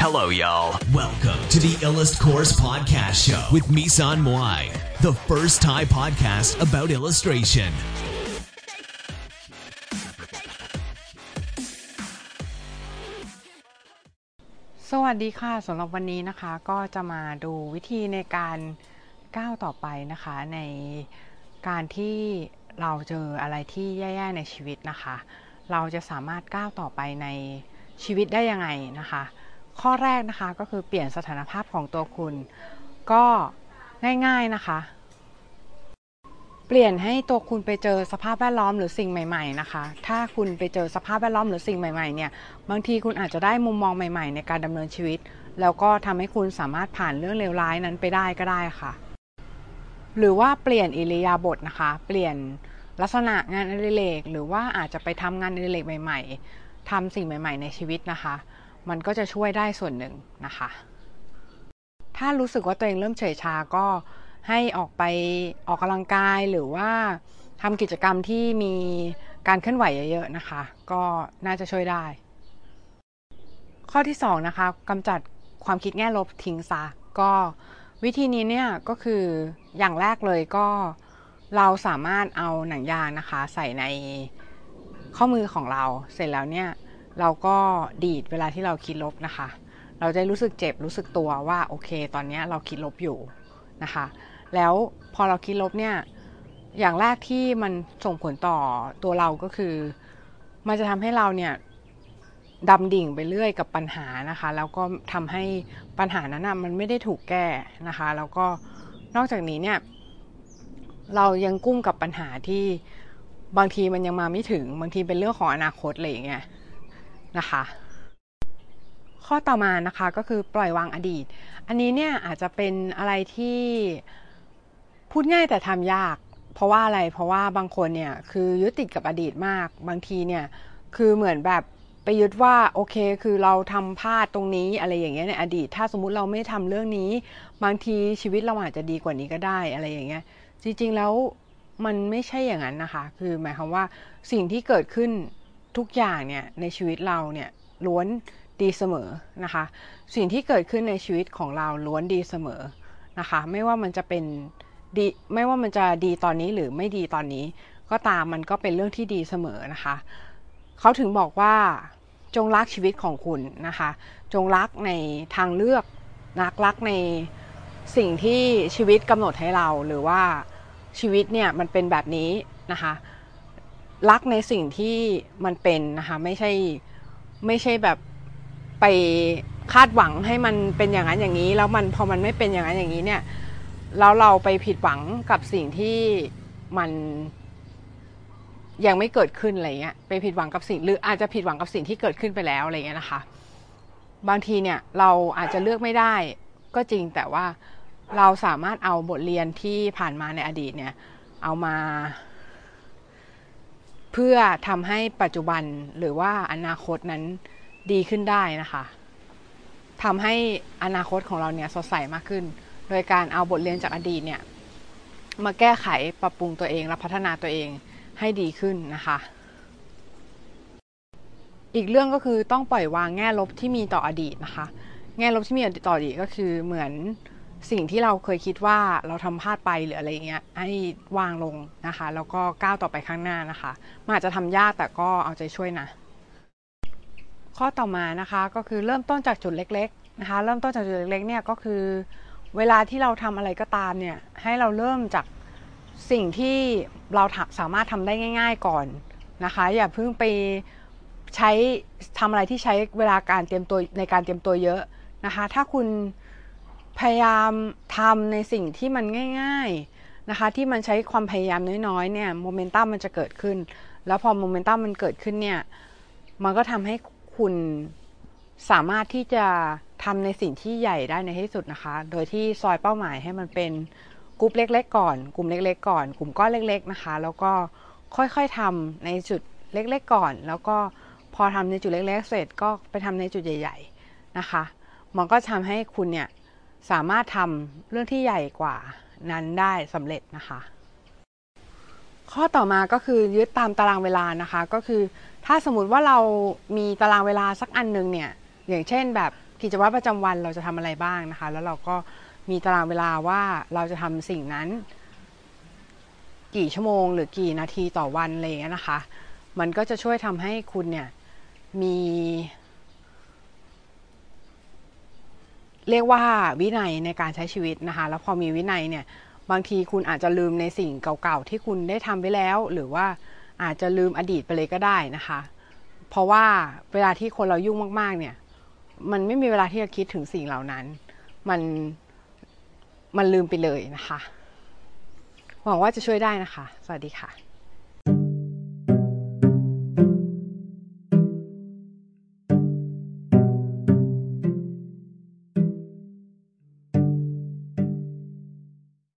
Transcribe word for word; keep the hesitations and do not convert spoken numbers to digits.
Hello, y'all. Welcome to the Illust Course Podcast Show with Misan Moai, the first Thai podcast about illustration. สวัสดีค่ะสำหรับวันนี้นะคะก็จะมาดูวิธีในการก้าวต่อไปนะคะในการที่เราเจออะไรที่แย่ๆในชีวิตนะคะเราจะสามารถก้าวต่อไปในชีวิตได้ยังไงนะคะข้อแรกนะคะก็คือเปลี่ยนสถานภาพของตัวคุณก็ง่ายๆนะคะเปลี่ยนให้ตัวคุณไปเจอสภาพแวดล้อมหรือสิ่งใหม่ๆนะคะถ้าคุณไปเจอสภาพแวดล้อมหรือสิ่งใหม่ๆเนี่ยบางทีคุณอาจจะได้มุมมองใหม่ๆในการดำเนินชีวิตแล้วก็ทำให้คุณสามารถผ่านเรื่องเลวร้ายนั้นไปได้ก็ได้ค่ะหรือว่าเปลี่ยนอิริยาบถนะคะเปลี่ยนลักษณะงานอดิเรกหรือว่าอาจจะไปทำงานอดิเรกใหม่ๆทำสิ่งใหม่ๆในชีวิตนะคะมันก็จะช่วยได้ส่วนหนึ่งนะคะถ้ารู้สึกว่าตัวเองเริ่มเฉยชาก็ให้ออกไปออกกำลังกายหรือว่าทำกิจกรรมที่มีการเคลื่อนไหวเยอะๆนะคะก็น่าจะช่วยได้ข้อที่สองนะคะกำจัดความคิดแง่ลบทิ้งซะก็วิธีนี้เนี่ยก็คืออย่างแรกเลยก็เราสามารถเอาหนังยางนะคะใส่ในข้อมือของเราเสร็จแล้วเนี่ยเราก็ดีดเวลาที่เราคิดลบนะคะเราจะรู้สึกเจ็บรู้สึกตัวว่าโอเคตอนนี้เราคิดลบอยู่นะคะแล้วพอเราคิดลบเนี่ยอย่างแรกที่มันส่งผลต่อตัวเราก็คือมันจะทำให้เราเนี่ยดำดิ่งไปเรื่อยกับปัญหานะคะแล้วก็ทำให้ปัญหานั้นนะมันไม่ได้ถูกแก้นะคะแล้วก็นอกจากนี้เนี่ยเรายังกุ้มกับปัญหาที่บางทีมันยังมาไม่ถึงบางทีเป็นเรื่องของอนาคตอะไรอย่างเงี้ยนะคะข้อต่อมานะคะก็คือปล่อยวางอดีตอันนี้เนี่ยอาจจะเป็นอะไรที่พูดง่ายแต่ทำยากเพราะว่าอะไรเพราะว่าบางคนเนี่ยคือยึดติดกับอดีตมากบางทีเนี่ยคือเหมือนแบบไปยึดว่าโอเคคือเราทำพลาดตรงนี้อะไรอย่างเงี้ยในอดีตถ้าสมมุติเราไม่ทำเรื่องนี้บางทีชีวิตเราอาจจะดีกว่านี้ก็ได้อะไรอย่างเงี้ยจริงๆแล้วมันไม่ใช่อย่างนั้นนะคะคือหมายความว่าสิ่งที่เกิดขึ้นทุกอย่างเนี่ยในชีวิตเราเนี่ยล้วนดีเสมอนะคะสิ่งที่เกิดขึ้นในชีวิตของเราล้วนดีเสมอนะคะไม่ว่ามันจะเป็นดีไม่ว่ามันจะดีตอนนี้หรือไม่ดีตอนนี้ก็ตามมันก็เป็นเรื่องที่ดีเสมอนะคะเขาถึงบอกว่าจงรักชีวิตของคุณนะคะจงรักในทางเลือกรักรักในสิ่งที่ชีวิตกำหนดให้เราหรือว่าชีวิตเนี่ยมันเป็นแบบนี้นะคะรักในสิ่งที่มันเป็นนะคะไม่ใช่ไม่ใช่แบบไปคาดหวังให้มันเป็นอย่างนั้นอย่างนี้แล้วมันพอมันไม่เป็นอย่างนั้นอย่างนี้เนี่ยแล้วเราไปผิดหวังกับสิ่งที่มันยังไม่เกิดขึ้นอะไรเงี้ยไปผิดหวังกับสิ่งหรืออาจจะผิดหวังกับสิ่งที่เกิดขึ้นไปแล้วอะไรเงี้ยนะคะบางทีเนี่ยเราอาจจะเลือกไม่ได้ก็จริงแต่ว่าเราสามารถเอาบทเรียนที่ผ่านมาในอดีตเนี่ยเอามาเพื่อทำให้ปัจจุบันหรือว่าอนาคตนั้นดีขึ้นได้นะคะทำให้อนาคตของเราเนี่ยสดใสมากขึ้นโดยการเอาบทเรียนจากอดีตเนี่ยมาแก้ไขปรับปรุงตัวเองและพัฒนาตัวเองให้ดีขึ้นนะคะอีกเรื่องก็คือต้องปล่อยวางแง่ลบที่มีต่ออดีตนะคะแง่ลบที่มีต่ออดีตก็คือเหมือนสิ่งที่เราเคยคิดว่าเราทำพลาดไปหรืออะไรเงี้ยให้วางลงนะคะแล้วก็ก้าวต่อไปข้างหน้านะคะมันอาจจะทำยากแต่ก็เอาใจช่วยนะข้อต่อมานะคะก็คือเริ่มต้นจากจุดเล็กๆนะคะเริ่มต้นจากจุดเล็กๆเนี่ยก็คือเวลาที่เราทำอะไรก็ตามเนี่ยให้เราเริ่มจากสิ่งที่เราสามารถทำได้ง่ายๆก่อนนะคะอย่าเพิ่งไปใช้ทำอะไรที่ใช้เวลาการเตรียมตัวในการเตรียมตัวเยอะนะคะถ้าคุณพยายามทำในสิ่งที่มันง่ายๆนะคะที่มันใช้ความพยายามน้อยๆเนี่ยโมเมนตัมมันจะเกิดขึ้นแล้วพอโมเมนตัมมันเกิดขึ้นเนี่ยมันก็ทำให้คุณสามารถที่จะทำในสิ่งที่ใหญ่ได้ในที่สุดนะคะโดยที่ซอยเป้าหมายให้มันเป็นกลุ่มเล็กๆก่อนกลุ่มเล็กๆก่อนกลุ่มก้อนเล็กๆนะคะแล้วก็ค่อยๆทำในจุดเล็กๆก่อนแล้วก็พอทำในจุดเล็กๆเสร็จก็ไปทำในจุดใหญ่ๆนะคะมันก็ทำให้คุณเนี่ยสามารถทำเรื่องที่ใหญ่กว่านั้นได้สำเร็จนะคะข้อต่อมาก็คือยึดตามตารางเวลานะคะก็คือถ้าสมมุติว่าเรามีตารางเวลาสักอันนึงเนี่ยอย่างเช่นแบบกิจวัตรประจำวันเราจะทำอะไรบ้างนะคะแล้วเราก็มีตารางเวลาว่าเราจะทำสิ่งนั้นกี่ชั่วโมงหรือกี่นาทีต่อวันอะไรอย่างเงี้ยนะคะมันก็จะช่วยทำให้คุณเนี่ยมีเรียกว่าวินัยในการใช้ชีวิตนะคะแล้วพอมีวินัยเนี่ยบางทีคุณอาจจะลืมในสิ่งเก่าๆที่คุณได้ทำไปแล้วหรือว่าอาจจะลืมอดีตไปเลยก็ได้นะคะเพราะว่าเวลาที่คนเรายุ่งมากๆเนี่ยมันไม่มีเวลาที่จะคิดถึงสิ่งเหล่านั้นมันมันลืมไปเลยนะคะหวังว่าจะช่วยได้นะคะสวัสดีค่ะ